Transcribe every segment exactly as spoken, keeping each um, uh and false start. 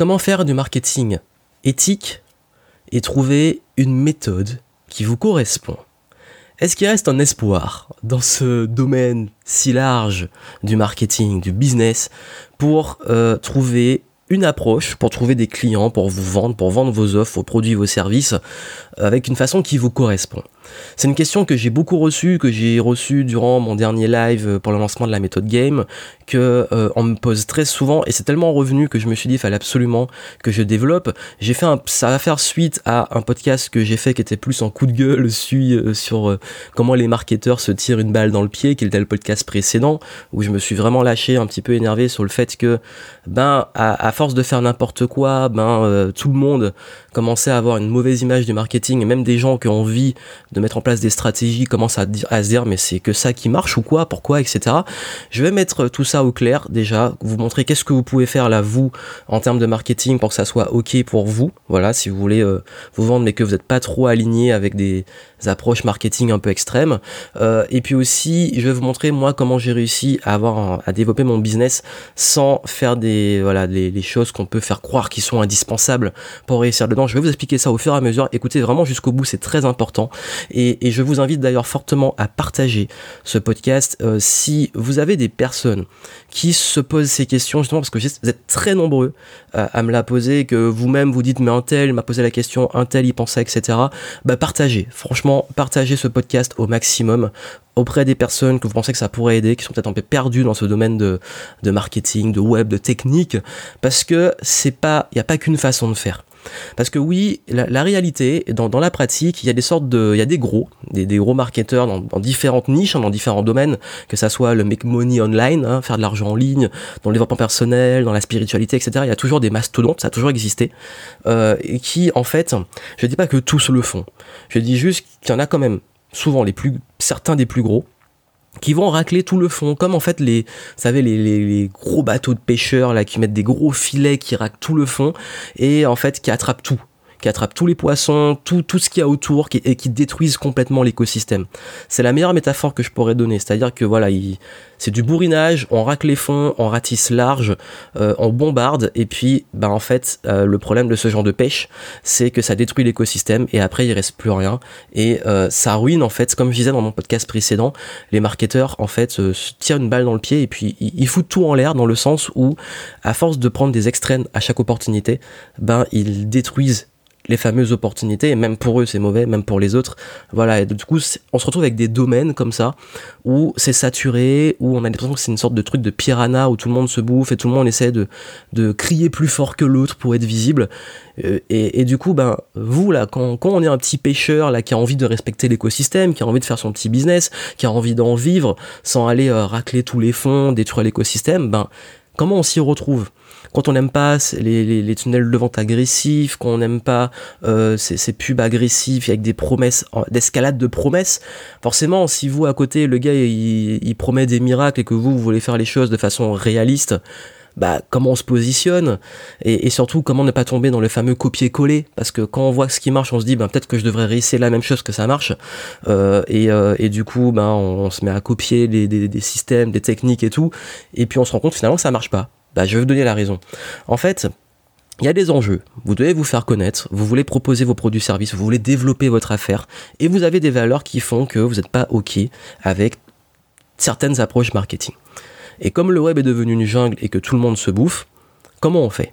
Comment faire du marketing éthique et trouver une méthode qui vous correspond? Est-ce qu'il reste un espoir dans ce domaine si large du marketing, du business, pour euh, trouver une approche, pour trouver des clients, pour vous vendre, pour vendre vos offres, vos produits, vos services, avec une façon qui vous correspond? C'est une question que j'ai beaucoup reçue, que j'ai reçue durant mon dernier live pour le lancement de la méthode Game, que euh, on me pose très souvent, et c'est tellement revenu que je me suis dit il fallait absolument que je développe. J'ai fait un, ça va faire suite à un podcast que j'ai fait qui était plus en coup de gueule sur, euh, sur euh, comment les marketeurs se tirent une balle dans le pied, qui était le podcast précédent, où je me suis vraiment lâché, un petit peu énervé sur le fait que, ben, à, à force de faire n'importe quoi, ben, euh, tout le monde commençait à avoir une mauvaise image du marketing, et même des gens qui ont envie de mettre en place des stratégies commencent à, à se dire mais c'est que ça qui marche ou quoi, pourquoi, et cetera. Je vais mettre tout ça au clair déjà, vous montrer qu'est-ce que vous pouvez faire là vous en termes de marketing pour que ça soit ok pour vous. Voilà, si vous voulez euh, vous vendre mais que vous n'êtes pas trop aligné avec des approches marketing un peu extrêmes. Euh, et puis aussi, je vais vous montrer moi comment j'ai réussi à avoir un, à développer mon business sans faire des voilà les, les choses qu'on peut faire croire qui sont indispensables pour réussir dedans. Je vais vous expliquer ça au fur et à mesure. Écoutez vraiment jusqu'au bout, c'est très important. Et, et je vous invite d'ailleurs fortement à partager ce podcast euh, si vous avez des personnes qui se posent ces questions, justement parce que vous êtes très nombreux euh, à me la poser, que vous-même vous dites mais un tel m'a posé la question, un tel y pensait, et cetera. Bah partagez, franchement, partagez ce podcast au maximum auprès des personnes que vous pensez que ça pourrait aider, qui sont peut-être un peu perdues dans ce domaine de, de marketing, de web, de technique, parce que c'est pas, il n'y a pas qu'une façon de faire. Parce que oui, la, la réalité, dans, dans la pratique, il y a des sortes de, il y a des gros, des, des gros marketeurs dans, dans différentes niches, hein, dans différents domaines, que ça soit le make money online, hein, faire de l'argent en ligne, dans le développement personnel, dans la spiritualité, et cetera. Il y a toujours des mastodontes, ça a toujours existé, euh, et qui, en fait, je dis pas que tous le font. Je dis juste qu'il y en a quand même, souvent les plus, certains des plus gros, qui vont racler tout le fond, comme en fait les, vous savez, les, les, les gros bateaux de pêcheurs là qui mettent des gros filets qui raclent tout le fond et en fait qui attrapent tout, qui attrapent tous les poissons, tout, tout ce qu'il y a autour qui, et qui détruisent complètement l'écosystème. C'est la meilleure métaphore que je pourrais donner, c'est-à-dire que voilà, il, c'est du bourrinage, on racle les fonds, on ratisse large, euh, on bombarde et puis bah en fait euh, le problème de ce genre de pêche, c'est que ça détruit l'écosystème et après il reste plus rien et euh, ça ruine en fait, comme je disais dans mon podcast précédent, les marketeurs en fait euh, se tirent une balle dans le pied et puis ils, ils foutent tout en l'air dans le sens où à force de prendre des extrêmes à chaque opportunité, ben ils détruisent les fameuses opportunités, et même pour eux c'est mauvais, même pour les autres, voilà, et du coup on se retrouve avec des domaines comme ça, où c'est saturé, où on a l'impression que c'est une sorte de truc de piranha, où tout le monde se bouffe, et tout le monde essaie de, de crier plus fort que l'autre pour être visible, euh, et, et du coup, ben, vous là, quand, quand on est un petit pêcheur là, qui a envie de respecter l'écosystème, qui a envie de faire son petit business, qui a envie d'en vivre, sans aller euh, racler tous les fonds, détruire l'écosystème, ben, comment on s'y retrouve ? Quand on n'aime pas les, les, les tunnels de vente agressifs, quand on n'aime pas euh, ces, ces pubs agressifs avec des promesses, d'escalade de promesses, forcément, si vous, à côté, le gars, il, il promet des miracles et que vous, vous voulez faire les choses de façon réaliste, bah, comment on se positionne et, et surtout, comment ne pas tomber dans le fameux copier-coller, parce que quand on voit ce qui marche, on se dit, bah, peut-être que je devrais réessayer la même chose que ça marche, euh, et, euh, et du coup, bah, on, on se met à copier des, des, des systèmes, des techniques et tout, et puis on se rend compte finalement que ça marche pas. Bah, je vais vous donner la raison. En fait, il y a des enjeux. Vous devez vous faire connaître, vous voulez proposer vos produits services, vous voulez développer votre affaire, et vous avez des valeurs qui font que vous n'êtes pas OK avec certaines approches marketing. Et comme le web est devenu une jungle et que tout le monde se bouffe, comment on fait ?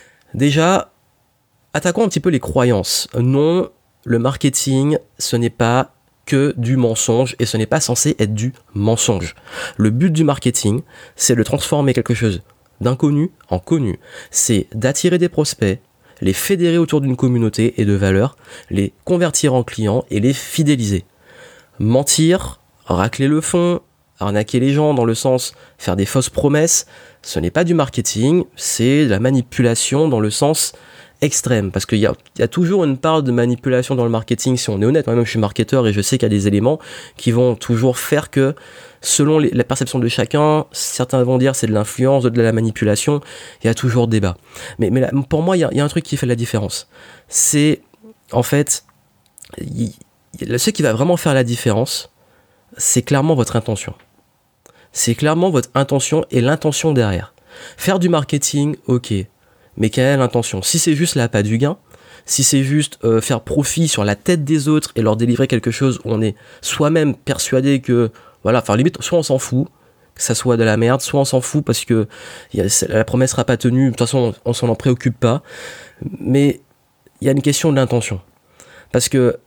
Déjà, attaquons un petit peu les croyances. Non, le marketing, ce n'est pas que du mensonge et ce n'est pas censé être du mensonge. Le but du marketing, c'est de transformer quelque chose d'inconnu en connu. C'est d'attirer des prospects, les fédérer autour d'une communauté et de valeurs, les convertir en clients et les fidéliser. Mentir, racler le fond, arnaquer les gens dans le sens faire des fausses promesses, ce n'est pas du marketing, c'est de la manipulation dans le sens extrême, parce qu'il y a, il y a toujours une part de manipulation dans le marketing, si on est honnête. Moi-même je suis marketeur et je sais qu'il y a des éléments qui vont toujours faire que selon les, la perception de chacun, certains vont dire c'est de l'influence, d'autres de la manipulation, il y a toujours débat. Mais, mais là, pour moi il y, a, il y a un truc qui fait la différence, c'est en fait il, ce qui va vraiment faire la différence, c'est clairement votre intention. C'est clairement votre intention et l'intention derrière. Faire du marketing, ok, mais quelle est l'intention? Si c'est juste l'appât du gain, si c'est juste euh, faire profit sur la tête des autres et leur délivrer quelque chose où on est soi-même persuadé que, voilà, enfin limite, soit on s'en fout, que ça soit de la merde, soit on s'en fout parce que y a, la promesse sera pas tenue, de toute façon on, on s'en en préoccupe pas, mais il y a une question de l'intention. Parce que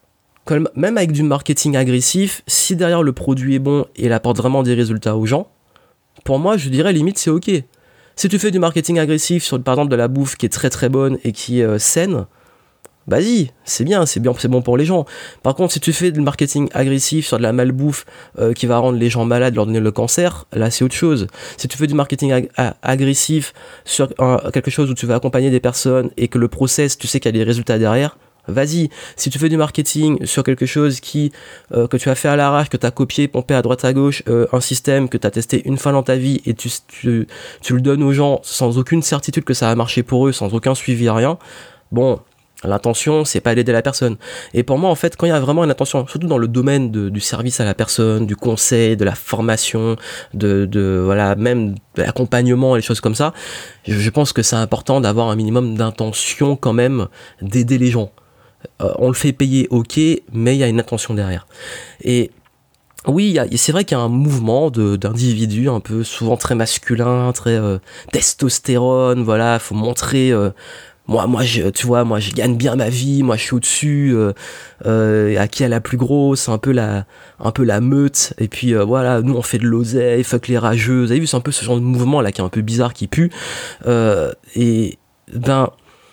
même avec du marketing agressif, si derrière le produit est bon et il apporte vraiment des résultats aux gens, pour moi je dirais limite c'est ok. Si tu fais du marketing agressif sur par exemple de la bouffe qui est très très bonne et qui est euh, saine, vas-y, c'est bien, c'est bien, c'est bon pour les gens. Par contre, si tu fais du marketing agressif sur de la malbouffe euh, qui va rendre les gens malades, leur donner le cancer, là c'est autre chose. Si tu fais du marketing ag- ag- agressif sur un, quelque chose où tu vas accompagner des personnes et que le process, tu sais qu'il y a des résultats derrière, vas-y. Si tu fais du marketing sur quelque chose qui euh, que tu as fait à l'arrache, que tu as copié, pompé à droite à gauche, euh, un système que tu as testé une fois dans ta vie et tu, tu, tu le donnes aux gens sans aucune certitude que ça va marcher pour eux, sans aucun suivi, rien, bon... L'intention, c'est pas d'aider la personne. Et pour moi, en fait, quand il y a vraiment une intention, surtout dans le domaine de, du service à la personne, du conseil, de la formation, de, de voilà, même de l'accompagnement et les choses comme ça, je, je pense que c'est important d'avoir un minimum d'intention quand même d'aider les gens. Euh, on le fait payer, ok, mais il y a une intention derrière. Et oui, y a, c'est vrai qu'il y a un mouvement de, d'individus un peu souvent très masculin, très euh, testostérone, voilà, faut montrer... Euh, Moi, moi, je, tu vois, moi, je gagne bien ma vie. Moi, je suis au-dessus. Euh, euh, à qui a la plus grosse, un peu la, un peu la meute. Et puis euh, voilà, nous, on fait de l'oseille, fuck les rageux. Vous avez vu, c'est un peu ce genre de mouvement là qui est un peu bizarre, qui pue. Euh, et ben,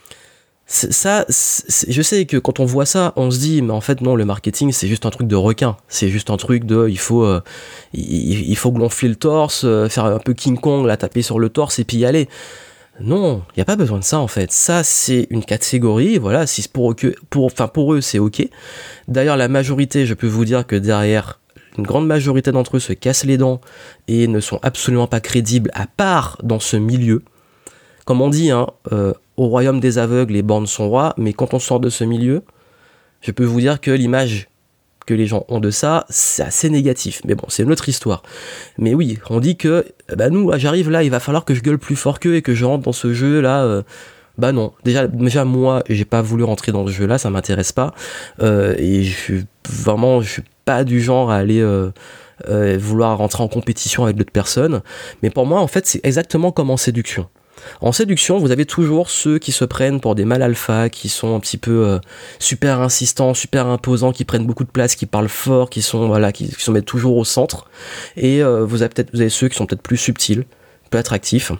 c'est, ça, c'est, je sais que quand on voit ça, on se dit, mais en fait non, le marketing, c'est juste un truc de requin. C'est juste un truc de, il faut, euh, il, il faut gonfler le torse, euh, faire un peu King Kong, là, taper sur le torse et puis y aller. Non, il n'y a pas besoin de ça en fait. Ça, c'est une catégorie, voilà, si pour eux, pour, enfin, pour eux, c'est ok. D'ailleurs, la majorité, je peux vous dire que derrière, une grande majorité d'entre eux se cassent les dents et ne sont absolument pas crédibles, à part dans ce milieu. Comme on dit, hein, euh, au royaume des aveugles, les borgnes sont rois, mais quand on sort de ce milieu, je peux vous dire que l'image que les gens ont de ça, c'est assez négatif. Mais bon, c'est une autre histoire. Mais oui, on dit que, bah nous, j'arrive là, il va falloir que je gueule plus fort qu'eux et que je rentre dans ce jeu-là. Euh, bah non. Déjà, déjà, moi, j'ai pas voulu rentrer dans ce jeu-là, ça m'intéresse pas. Euh, et je suis vraiment, je suis pas du genre à aller euh, euh, vouloir rentrer en compétition avec d'autres personnes. Mais pour moi, en fait, c'est exactement comme en séduction. En séduction, vous avez toujours ceux qui se prennent pour des mâles alpha, qui sont un petit peu euh, super insistants, super imposants, qui prennent beaucoup de place, qui parlent fort, qui sont voilà, qui, qui se mettent toujours au centre. Et euh, vous avez peut-être, vous avez ceux qui sont peut-être plus subtils, plus attractifs,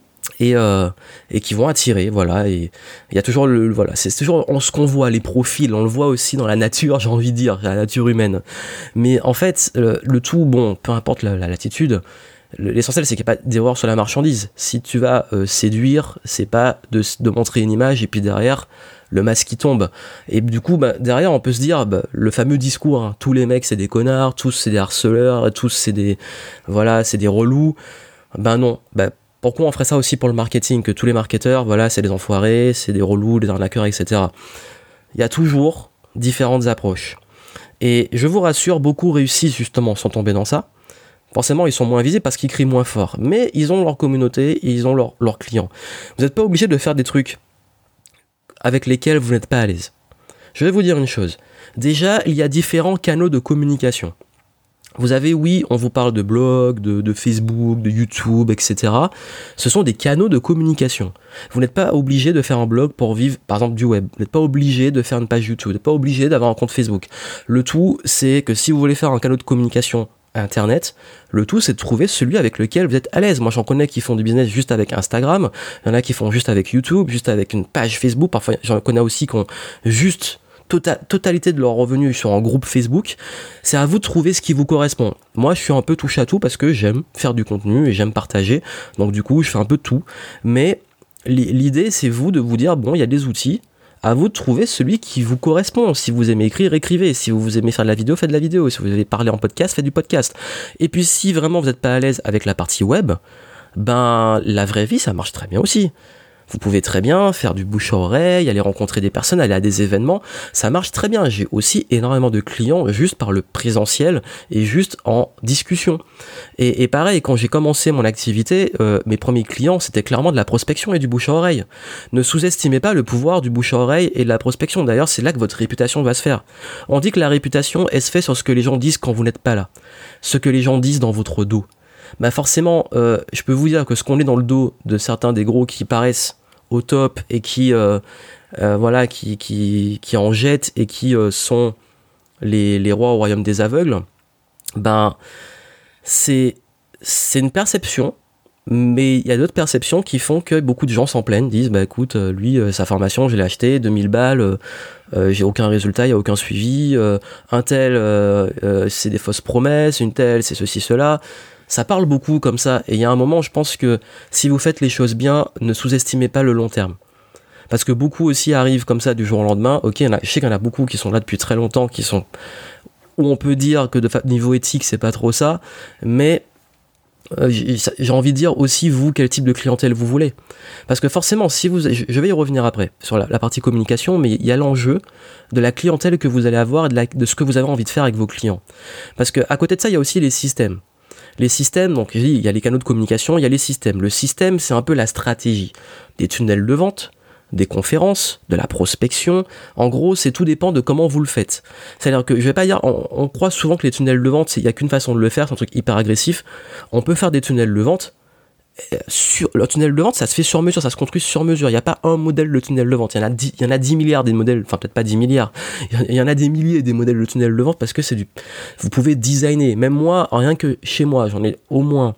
et euh, et qui vont attirer. Voilà. Et il y a toujours le voilà, c'est toujours ce qu'on voit, les profils. On le voit aussi dans la nature, j'ai envie de dire, la nature humaine. Mais en fait, le, le tout, bon, peu importe la, la latitude. L'essentiel, c'est qu'il n'y a pas d'erreur sur la marchandise. Si tu vas euh, séduire, c'est pas de, de montrer une image et puis derrière, le masque qui tombe. Et du coup, bah, derrière, on peut se dire, bah, le fameux discours, hein, tous les mecs, c'est des connards, tous, c'est des harceleurs, tous, c'est des, voilà, c'est des relous. Ben non. Ben, pourquoi on ferait ça aussi pour le marketing, que tous les marketeurs, voilà, c'est des enfoirés, c'est des relous, des arnaqueurs, et cetera. Il y a toujours différentes approches. Et je vous rassure, beaucoup réussissent justement sans tomber dans ça. Forcément, ils sont moins visibles parce qu'ils crient moins fort. Mais ils ont leur communauté et ils ont leurs leur clients. Vous n'êtes pas obligé de faire des trucs avec lesquels vous n'êtes pas à l'aise. Je vais vous dire une chose. Déjà, il y a différents canaux de communication. Vous avez, oui, on vous parle de blog, de, de Facebook, de YouTube, et cetera. Ce sont des canaux de communication. Vous n'êtes pas obligé de faire un blog pour vivre, par exemple, du web. Vous n'êtes pas obligé de faire une page YouTube. Vous n'êtes pas obligé d'avoir un compte Facebook. Le tout, c'est que si vous voulez faire un canal de communication Internet, le tout c'est de trouver celui avec lequel vous êtes à l'aise. Moi j'en connais qui font du business juste avec Instagram, il y en a qui font juste avec YouTube, juste avec une page Facebook, parfois j'en connais aussi qui ont juste tota- totalité de leurs revenus sur un groupe Facebook. C'est à vous de trouver ce qui vous correspond. Moi je suis un peu touche à tout parce que j'aime faire du contenu et j'aime partager, donc du coup je fais un peu de tout, mais l'idée c'est vous de vous dire bon, il y a des outils, à vous de trouver celui qui vous correspond. Si vous aimez écrire, écrivez. Si vous aimez faire de la vidéo, faites de la vidéo. Si vous aimez parler en podcast, faites du podcast. Et puis si vraiment vous n'êtes pas à l'aise avec la partie web, ben la vraie vie, ça marche très bien aussi. Vous pouvez très bien faire du bouche à oreille, aller rencontrer des personnes, aller à des événements. Ça marche très bien. J'ai aussi énormément de clients juste par le présentiel et juste en discussion. Et, et pareil, quand j'ai commencé mon activité, euh, mes premiers clients, c'était clairement de la prospection et du bouche à oreille. Ne sous-estimez pas le pouvoir du bouche à oreille et de la prospection. D'ailleurs, c'est là que votre réputation va se faire. On dit que la réputation, elle se fait sur ce que les gens disent quand vous n'êtes pas là. Ce que les gens disent dans votre dos. Bah forcément, euh, je peux vous dire que ce qu'on est dans le dos de certains des gros qui paraissent au top et qui, euh, euh, voilà, qui, qui, qui en jettent et qui euh, sont les, les rois au royaume des aveugles, ben, c'est, c'est une perception, mais il y a d'autres perceptions qui font que beaucoup de gens s'en plaignent, disent, bah écoute, lui, euh, sa formation, je l'ai acheté, deux mille balles, euh, euh, j'ai aucun résultat, il n'y a aucun suivi, euh, un tel, euh, euh, c'est des fausses promesses, une telle, c'est ceci, cela. Ça parle beaucoup comme ça, et il y a un moment, je pense que si vous faites les choses bien, ne sous-estimez pas le long terme. Parce que beaucoup aussi arrivent comme ça du jour au lendemain. Ok, y en a, je sais qu'il y en a beaucoup qui sont là depuis très longtemps, qui sont où on peut dire que de niveau éthique, c'est pas trop ça, mais euh, j'ai, j'ai envie de dire aussi, vous, quel type de clientèle vous voulez. Parce que forcément, si vous, je vais y revenir après, sur la, la partie communication, mais il y a l'enjeu de la clientèle que vous allez avoir et de, la, de ce que vous avez envie de faire avec vos clients. Parce que à côté de ça, il y a aussi les systèmes. Les systèmes, donc il y a les canaux de communication, il y a les systèmes. Le système, c'est un peu la stratégie. Des tunnels de vente, des conférences, de la prospection. En gros, c'est tout dépend de comment vous le faites. C'est-à-dire que, je vais pas dire, on, on croit souvent que les tunnels de vente, il n'y a qu'une façon de le faire, c'est un truc hyper agressif. On peut faire des tunnels de vente. Sur, le tunnel de vente, ça se fait sur mesure, ça se construit sur mesure. Il n'y a pas un modèle de tunnel de vente. Il y en a dix, il y en a dix milliards des modèles, enfin peut-être pas dix milliards. Il y en a des milliers des modèles de tunnel de vente parce que c'est du. Vous pouvez designer. Même moi, rien que chez moi, j'en ai au moins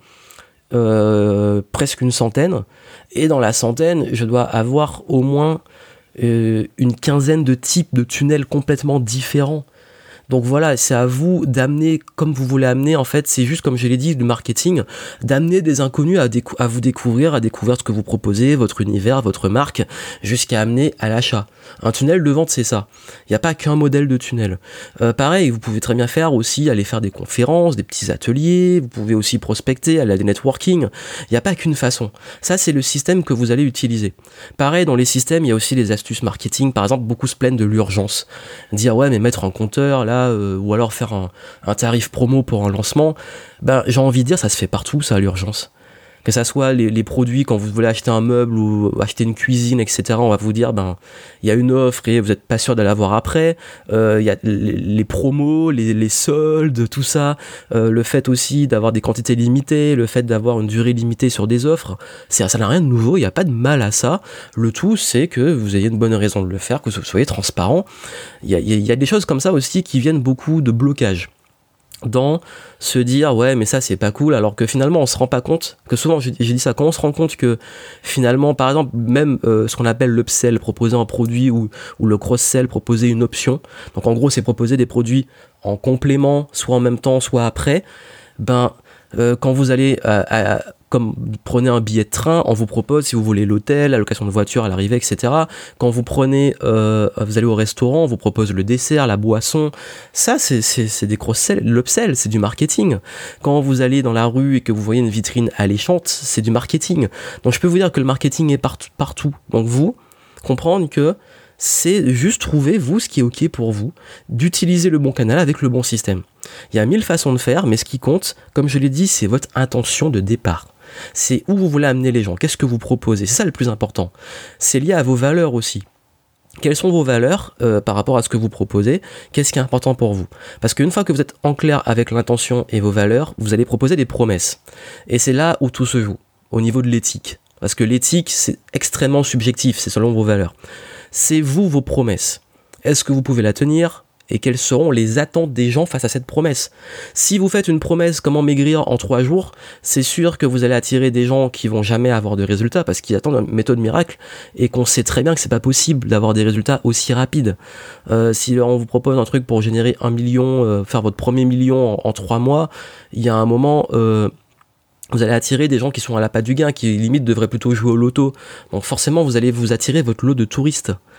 euh, presque une centaine. Et dans la centaine, je dois avoir au moins euh, une quinzaine de types de tunnels complètement différents. Donc voilà, c'est à vous d'amener comme vous voulez amener. En fait, c'est juste comme je l'ai dit, du marketing, d'amener des inconnus à, décou- à vous découvrir, à découvrir ce que vous proposez, votre univers, votre marque, jusqu'à amener à l'achat. Un tunnel de vente, c'est ça. Il n'y a pas qu'un modèle de tunnel. Euh, pareil, vous pouvez très bien faire aussi, aller faire des conférences, des petits ateliers, vous pouvez aussi prospecter, aller à des networking. Il n'y a pas qu'une façon. Ça, c'est le système que vous allez utiliser. Pareil, dans les systèmes, il y a aussi les astuces marketing. Par exemple, beaucoup se plaignent de l'urgence. Dire, ouais, mais mettre un compteur, là, Euh, ou alors faire un, un tarif promo pour un lancement, ben, j'ai envie de dire, ça se fait partout, ça, à l'urgence. Que ça soit les, les produits, quand vous voulez acheter un meuble ou acheter une cuisine, et cetera, on va vous dire, ben, il y a une offre et vous n'êtes pas sûr de l'avoir après. Il euh, y a les, les promos, les, les soldes, tout ça. Euh, le fait aussi d'avoir des quantités limitées, le fait d'avoir une durée limitée sur des offres, c'est, ça n'a rien de nouveau, il n'y a pas de mal à ça. Le tout, c'est que vous ayez une bonne raison de le faire, que vous soyez transparent. Il y a, y a des choses comme ça aussi qui viennent beaucoup de blocage. Dans se dire ouais mais ça c'est pas cool, alors que finalement on se rend pas compte que souvent j'ai, j'ai dit ça, quand on se rend compte que finalement par exemple même euh, ce qu'on appelle l'upsell, proposer un produit, ou, ou le cross-sell, proposer une option, donc en gros c'est proposer des produits en complément, soit en même temps soit après, ben euh, quand vous allez à, à, comme vous prenez un billet de train, on vous propose, si vous voulez l'hôtel, la location de voiture à l'arrivée, et cetera. Quand vous prenez, euh, vous allez au restaurant, on vous propose le dessert, la boisson. Ça, c'est, c'est, c'est des cross-sell, l'upsell, c'est du marketing. Quand vous allez dans la rue et que vous voyez une vitrine alléchante, c'est du marketing. Donc je peux vous dire que le marketing est partout, partout. Donc vous, comprendre que c'est juste trouver, vous, ce qui est OK pour vous, d'utiliser le bon canal avec le bon système. Il y a mille façons de faire, mais ce qui compte, comme je l'ai dit, c'est votre intention de départ. C'est où vous voulez amener les gens, qu'est-ce que vous proposez, c'est ça le plus important. C'est lié à vos valeurs aussi. Quelles sont vos valeurs euh, par rapport à ce que vous proposez? Qu'est-ce qui est important pour vous? Parce qu'une fois que vous êtes en clair avec l'intention et vos valeurs, vous allez proposer des promesses. Et c'est là où tout se joue, au niveau de l'éthique. Parce que l'éthique, c'est extrêmement subjectif, c'est selon vos valeurs. C'est vous, vos promesses. Est-ce que vous pouvez la tenir? Et quelles seront les attentes des gens face à cette promesse? Si vous faites une promesse comment maigrir en trois jours, c'est sûr que vous allez attirer des gens qui vont jamais avoir de résultats parce qu'ils attendent une méthode miracle et qu'on sait très bien que c'est pas possible d'avoir des résultats aussi rapides. Euh, si on vous propose un truc pour générer un million, euh, faire votre premier million en, en trois mois, il y a un moment... Euh, vous allez attirer des gens qui sont à la patte du gain, qui limite devraient plutôt jouer au loto. Donc forcément, vous allez vous attirer votre lot de touristes.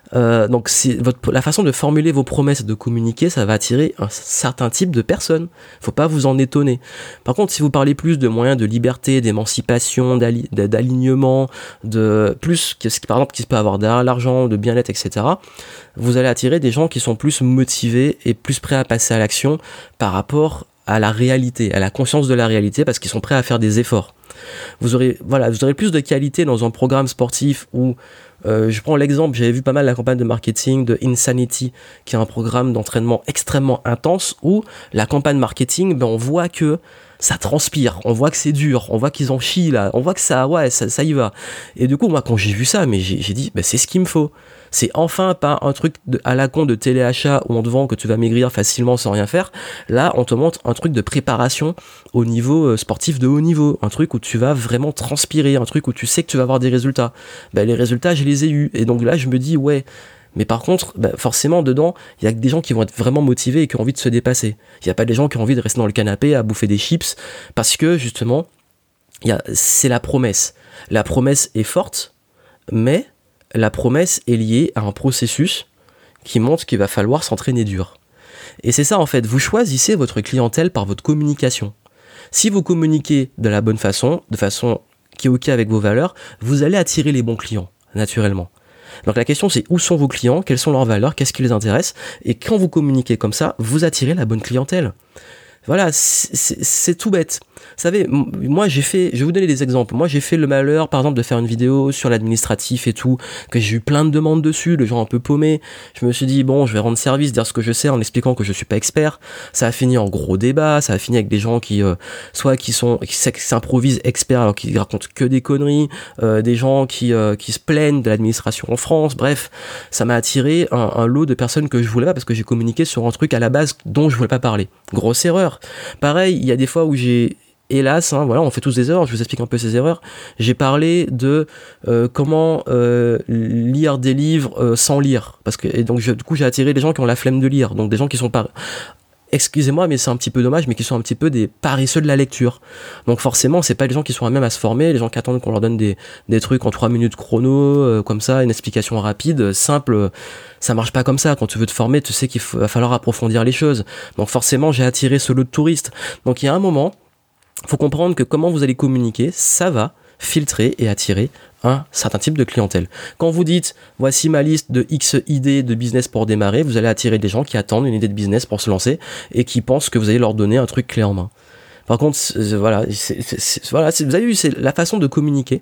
Euh, donc c'est votre, la façon de formuler vos promesses et de communiquer, ça va attirer un certain type de personnes. Faut pas vous en étonner. Par contre, si vous parlez plus de moyens de liberté, d'émancipation, d'ali- d'alignement, de plus, ce qui par exemple qui se peut avoir derrière l'argent, de bien-être, et cetera, vous allez attirer des gens qui sont plus motivés et plus prêts à passer à l'action par rapport à la réalité, à la conscience de la réalité, parce qu'ils sont prêts à faire des efforts. Vous aurez, voilà, vous aurez plus de qualité dans un programme sportif où, euh, je prends l'exemple, j'avais vu pas mal la campagne de marketing de Insanity, qui est un programme d'entraînement extrêmement intense, où la campagne marketing, ben, on voit que ça transpire, on voit que c'est dur, on voit qu'ils en chient là, on voit que ça, ouais, ça, ça y va. Et du coup, moi, quand j'ai vu ça, mais j'ai, j'ai dit, ben, c'est ce qu'il me faut. C'est enfin pas un truc de, à la con de téléachat où on te vend que tu vas maigrir facilement sans rien faire. Là, on te montre un truc de préparation au niveau sportif de haut niveau. Un truc où tu vas vraiment transpirer, un truc où tu sais que tu vas avoir des résultats. Ben, les résultats, je les ai eus. Et donc là, je me dis, ouais. Mais par contre, ben, forcément, dedans, il y a que des gens qui vont être vraiment motivés et qui ont envie de se dépasser. Il n'y a pas des gens qui ont envie de rester dans le canapé à bouffer des chips parce que, justement, il y a, c'est la promesse. La promesse est forte, mais la promesse est liée à un processus qui montre qu'il va falloir s'entraîner dur. Et c'est ça en fait, vous choisissez votre clientèle par votre communication. Si vous communiquez de la bonne façon, de façon qui est ok avec vos valeurs, vous allez attirer les bons clients, naturellement. Donc la question c'est où sont vos clients, quelles sont leurs valeurs, qu'est-ce qui les intéresse, et quand vous communiquez comme ça, vous attirez la bonne clientèle. Voilà, c'est, c'est, c'est tout bête. Vous savez, moi j'ai fait, je vais vous donner des exemples. Moi j'ai fait le malheur, par exemple, de faire une vidéo sur l'administratif et tout, que j'ai eu plein de demandes dessus, les gens un peu paumés. Je me suis dit, bon, je vais rendre service, dire ce que je sais en expliquant que je suis pas expert. Ça a fini en gros débat, ça a fini avec des gens qui, euh, soit qui sont, qui s'improvisent experts alors qu'ils racontent que des conneries, euh, des gens qui, euh, qui se plaignent de l'administration en France. Bref, ça m'a attiré un, un lot de personnes que je voulais pas parce que j'ai communiqué sur un truc à la base dont je voulais pas parler. Grosse erreur. Pareil, il y a des fois où j'ai, hélas, hein, voilà, on fait tous des erreurs, je vous explique un peu ces erreurs. J'ai parlé de euh, comment euh, lire des livres euh, sans lire, parce que et donc je, du coup j'ai attiré des gens qui ont la flemme de lire, donc des gens qui sont pas, excusez-moi, mais c'est un petit peu dommage, mais qui sont un petit peu des paresseux de la lecture. Donc forcément, c'est pas les gens qui sont à même à se former, les gens qui attendent qu'on leur donne des, des trucs en trois minutes chrono, euh, comme ça, une explication rapide, simple. Ça marche pas comme ça. Quand tu veux te former, tu sais qu'il faut, va falloir approfondir les choses. Donc forcément, j'ai attiré ce lot de touristes. Donc il y a un moment, faut comprendre que comment vous allez communiquer, ça va filtrer et attirer un certain type de clientèle. Quand vous dites voici ma liste de X idées de business pour démarrer, vous allez attirer des gens qui attendent une idée de business pour se lancer et qui pensent que vous allez leur donner un truc clé en main. Par contre, c'est, voilà, c'est, c'est, c'est, voilà c'est, vous avez vu, c'est la façon de communiquer,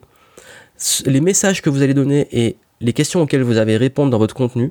les messages que vous allez donner et les questions auxquelles vous allez répondre dans votre contenu,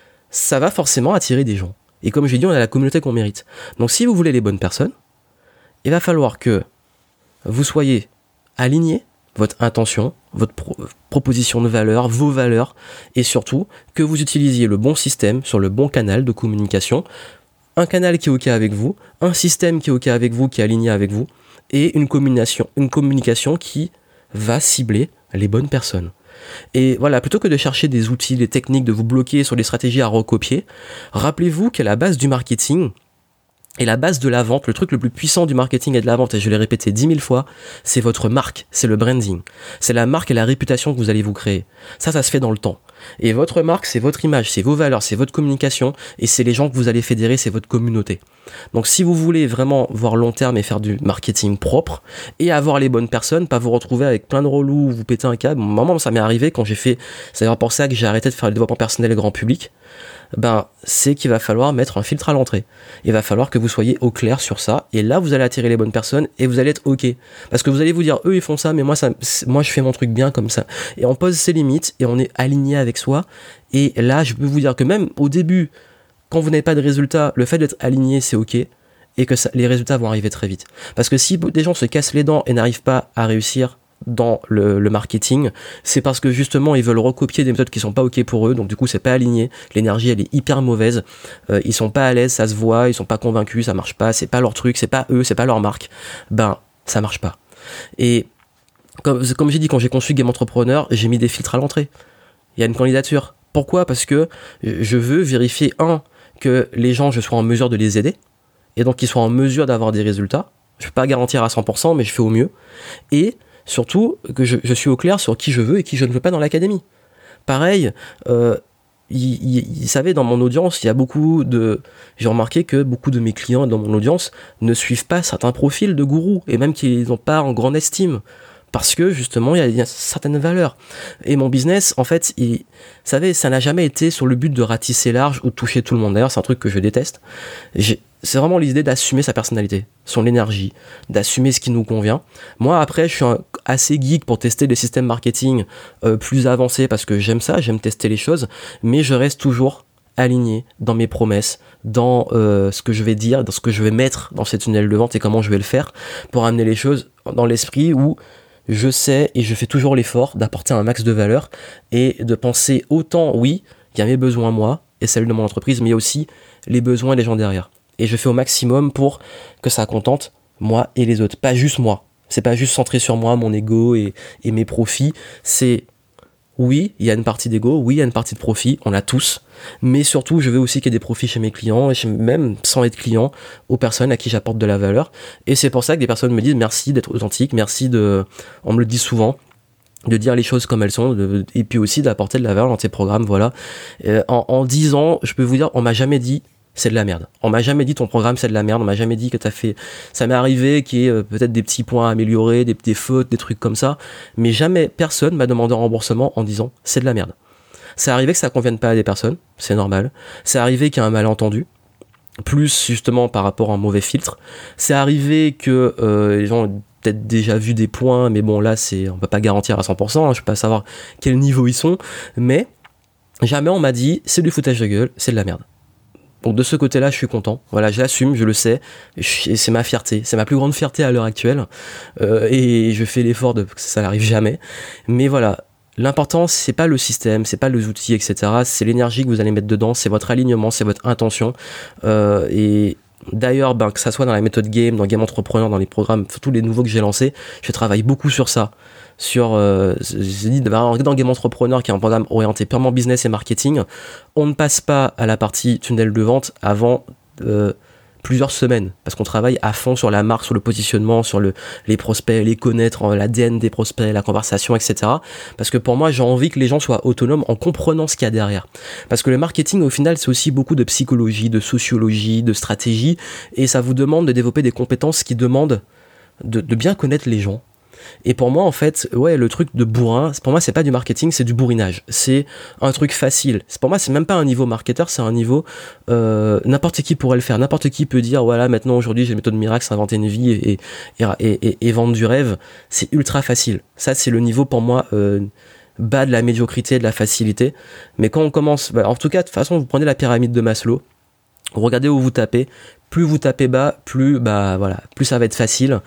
ça va forcément attirer des gens. Et comme j'ai dit, on a la communauté qu'on mérite. Donc si vous voulez les bonnes personnes, il va falloir que vous soyez aligné votre intention, votre pro- proposition de valeur, vos valeurs, et surtout que vous utilisiez le bon système sur le bon canal de communication, un canal qui est ok avec vous, un système qui est ok avec vous, qui est aligné avec vous, et une communication, une communication qui va cibler les bonnes personnes. Et voilà, plutôt que de chercher des outils, des techniques, de vous bloquer sur des stratégies à recopier, rappelez-vous qu'à la base du marketing, et la base de la vente, le truc le plus puissant du marketing et de la vente, et je l'ai répété dix mille fois, c'est votre marque, c'est le branding. C'est la marque et la réputation que vous allez vous créer. Ça, ça se fait dans le temps. Et votre marque, c'est votre image, c'est vos valeurs, c'est votre communication, et c'est les gens que vous allez fédérer, c'est votre communauté. Donc si vous voulez vraiment voir long terme et faire du marketing propre, et avoir les bonnes personnes, pas vous retrouver avec plein de relous, vous péter un câble, moment ça m'est arrivé quand j'ai fait, c'est d'ailleurs pour ça que j'ai arrêté de faire le développement personnel grand public, ben, c'est qu'il va falloir mettre un filtre à l'entrée. Il va falloir que vous soyez au clair sur ça, et là, vous allez attirer les bonnes personnes, et vous allez être ok. Parce que vous allez vous dire, eux, ils font ça, mais moi, ça, moi, je fais mon truc bien comme ça. Et on pose ses limites, et on est aligné avec soi, et là, je peux vous dire que même au début, quand vous n'avez pas de résultats, le fait d'être aligné, c'est ok, et que ça, les résultats vont arriver très vite. Parce que si des gens se cassent les dents et n'arrivent pas à réussir dans le, le marketing, c'est parce que justement ils veulent recopier des méthodes qui sont pas ok pour eux, donc du coup c'est pas aligné, l'énergie elle est hyper mauvaise, euh, ils sont pas à l'aise, ça se voit, ils sont pas convaincus, ça marche pas, c'est pas leur truc, c'est pas eux, c'est pas leur marque, ben ça marche pas. Et comme, comme j'ai dit, quand j'ai conçu Game Entrepreneur, j'ai mis des filtres à l'entrée, il y a une candidature. Pourquoi ? Parce que je veux vérifier, un, que les gens, je sois en mesure de les aider, et donc qu'ils soient en mesure d'avoir des résultats. Je peux pas garantir à cent pour cent, mais je fais au mieux. Et surtout, que je, je suis au clair sur qui je veux et qui je ne veux pas dans l'académie. Pareil, euh, Vous savez, dans mon audience, il y a beaucoup de... J'ai remarqué que beaucoup de mes clients dans mon audience ne suivent pas certains profils de gourous, et même qu'ils n'ont pas en grande estime. Parce que, justement, il y a, il y a certaines valeurs. Et mon business, en fait, il, vous savez, ça n'a jamais été sur le but de ratisser large ou de toucher tout le monde. D'ailleurs, c'est un truc que je déteste. J'ai, c'est vraiment l'idée d'assumer sa personnalité, son énergie, d'assumer ce qui nous convient. Moi, après, je suis un, assez geek pour tester des systèmes marketing euh, plus avancés parce que j'aime ça, j'aime tester les choses, mais je reste toujours aligné dans mes promesses, dans euh, ce que je vais dire, dans ce que je vais mettre dans cette tunnel de vente et comment je vais le faire pour amener les choses dans l'esprit où je sais et je fais toujours l'effort d'apporter un max de valeur et de penser autant, oui, il y a mes besoins moi et celles de mon entreprise, mais il y a aussi les besoins des gens derrière. Et je fais au maximum pour que ça contente moi et les autres, pas juste moi. C'est pas juste centré sur moi, mon ego et, et mes profits. C'est, oui, il y a une partie d'ego, oui, il y a une partie de profit, on l'a tous. Mais surtout, je veux aussi qu'il y ait des profits chez mes clients, et chez, même sans être client, aux personnes à qui j'apporte de la valeur. Et c'est pour ça que des personnes me disent merci d'être authentique, merci de... On me le dit souvent, de dire les choses comme elles sont, de, et puis aussi d'apporter de la valeur dans tes programmes, voilà. Euh, en, en dix ans, je peux vous dire, on m'a jamais dit c'est de la merde. On m'a jamais dit ton programme c'est de la merde, on m'a jamais dit que t'as fait... Ça m'est arrivé qu'il y ait euh, peut-être des petits points à améliorer, des, des fautes, des trucs comme ça, mais jamais personne m'a demandé un remboursement en disant c'est de la merde. C'est arrivé que ça convienne pas à des personnes, c'est normal. C'est arrivé qu'il y a un malentendu, plus justement par rapport à un mauvais filtre. C'est arrivé que euh, les gens ont peut-être déjà vu des points, mais bon là c'est, on peut pas garantir à cent pour cent, hein, je peux pas savoir quel niveau ils sont, mais jamais on m'a dit c'est du foutage de gueule, c'est de la merde. Donc de ce côté-là, je suis content. Voilà, je l'assume, je le sais. Et c'est ma fierté, c'est ma plus grande fierté à l'heure actuelle. Euh, et je fais l'effort de que ça n'arrive jamais. Mais voilà, l'important c'est pas le système, c'est pas les outils, et cetera. C'est l'énergie que vous allez mettre dedans, c'est votre alignement, c'est votre intention. Euh, et d'ailleurs, ben, que ça soit dans la méthode game, dans Game Entrepreneur, dans les programmes, tous les nouveaux que j'ai lancés, je travaille beaucoup sur ça. Sur, euh, j'ai dit, dans Game Entrepreneur, qui est un programme orienté purement business et marketing, on ne passe pas à la partie tunnel de vente avant euh, plusieurs semaines, parce qu'on travaille à fond sur la marque, sur le positionnement, sur le, les prospects, les connaître, l'A D N des prospects, la conversation, et cetera. Parce que pour moi, j'ai envie que les gens soient autonomes en comprenant ce qu'il y a derrière. Parce que le marketing, au final, c'est aussi beaucoup de psychologie, de sociologie, de stratégie, et ça vous demande de développer des compétences qui demandent de, de bien connaître les gens. Et pour moi, en fait, ouais, le truc de bourrin, pour moi, c'est pas du marketing, c'est du bourrinage. C'est un truc facile. Pour moi, c'est même pas un niveau marketeur, c'est un niveau, euh, n'importe qui pourrait le faire. N'importe qui peut dire, voilà, maintenant, aujourd'hui, j'ai une méthode miracle, c'est inventer une vie et, et, et, et, et vendre du rêve. C'est ultra facile. Ça, c'est le niveau, pour moi, euh, bas de la médiocrité, de la facilité. Mais quand on commence, bah, en tout cas, de toute façon, vous prenez la pyramide de Maslow, regardez où vous tapez. Plus vous tapez bas, plus, bah, voilà, plus ça va être facile.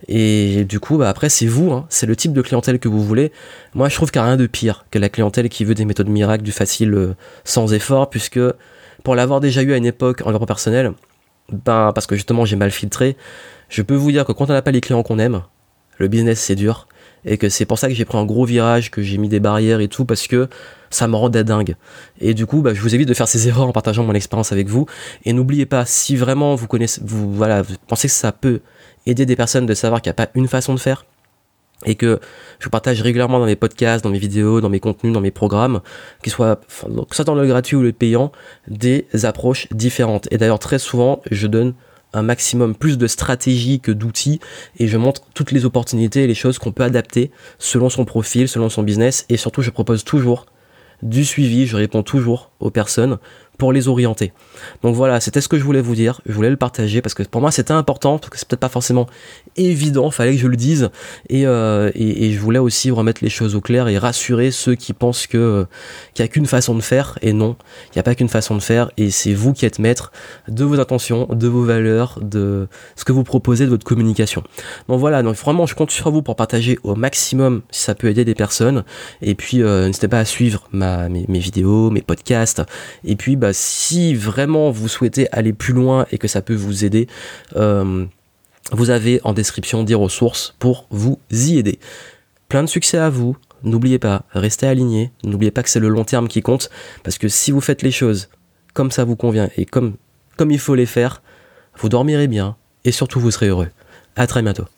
Et du coup, bah après, c'est vous, hein, c'est le type de clientèle que vous voulez. Moi, je trouve qu'il n'y a rien de pire que la clientèle qui veut des méthodes miracles, du facile, euh, sans effort, puisque pour l'avoir déjà eu à une époque en développement personnel, ben, parce que justement, j'ai mal filtré, je peux vous dire que quand on n'a pas les clients qu'on aime, le business, c'est dur. Et que c'est pour ça que j'ai pris un gros virage, que j'ai mis des barrières et tout, parce que ça me rendait dingue. Et du coup, bah, je vous évite de faire ces erreurs en partageant mon expérience avec vous. Et n'oubliez pas, si vraiment vous connaissez, vous, voilà, vous pensez que ça peut aider des personnes de savoir qu'il n'y a pas une façon de faire, et que je vous partage régulièrement dans mes podcasts, dans mes vidéos, dans mes contenus, dans mes programmes, qu'ils soient, enfin, que ce soit dans le gratuit ou le payant, des approches différentes. Et d'ailleurs, très souvent, je donne un maximum plus de stratégies que d'outils, et je montre toutes les opportunités et les choses qu'on peut adapter selon son profil, selon son business, et surtout, je propose toujours du suivi, je réponds toujours aux personnes pour les orienter. Donc voilà, c'était ce que je voulais vous dire, je voulais le partager parce que pour moi c'était important, parce que c'est peut-être pas forcément évident, fallait que je le dise, et, euh, et, et je voulais aussi remettre les choses au clair et rassurer ceux qui pensent que euh, qu'il n'y a qu'une façon de faire, et non, il n'y a pas qu'une façon de faire, et c'est vous qui êtes maître de vos intentions, de vos valeurs, de ce que vous proposez, de votre communication. Donc voilà, donc vraiment je compte sur vous pour partager au maximum si ça peut aider des personnes, et puis euh, n'hésitez pas à suivre ma, mes, mes vidéos, mes podcasts, et puis bah, si vraiment vous souhaitez aller plus loin et que ça peut vous aider, euh, vous avez en description des ressources pour vous y aider. Plein de succès à vous, n'oubliez pas, restez alignés, n'oubliez pas que c'est le long terme qui compte, parce que si vous faites les choses comme ça vous convient et comme, comme il faut les faire, vous dormirez bien et surtout vous serez heureux. À très bientôt.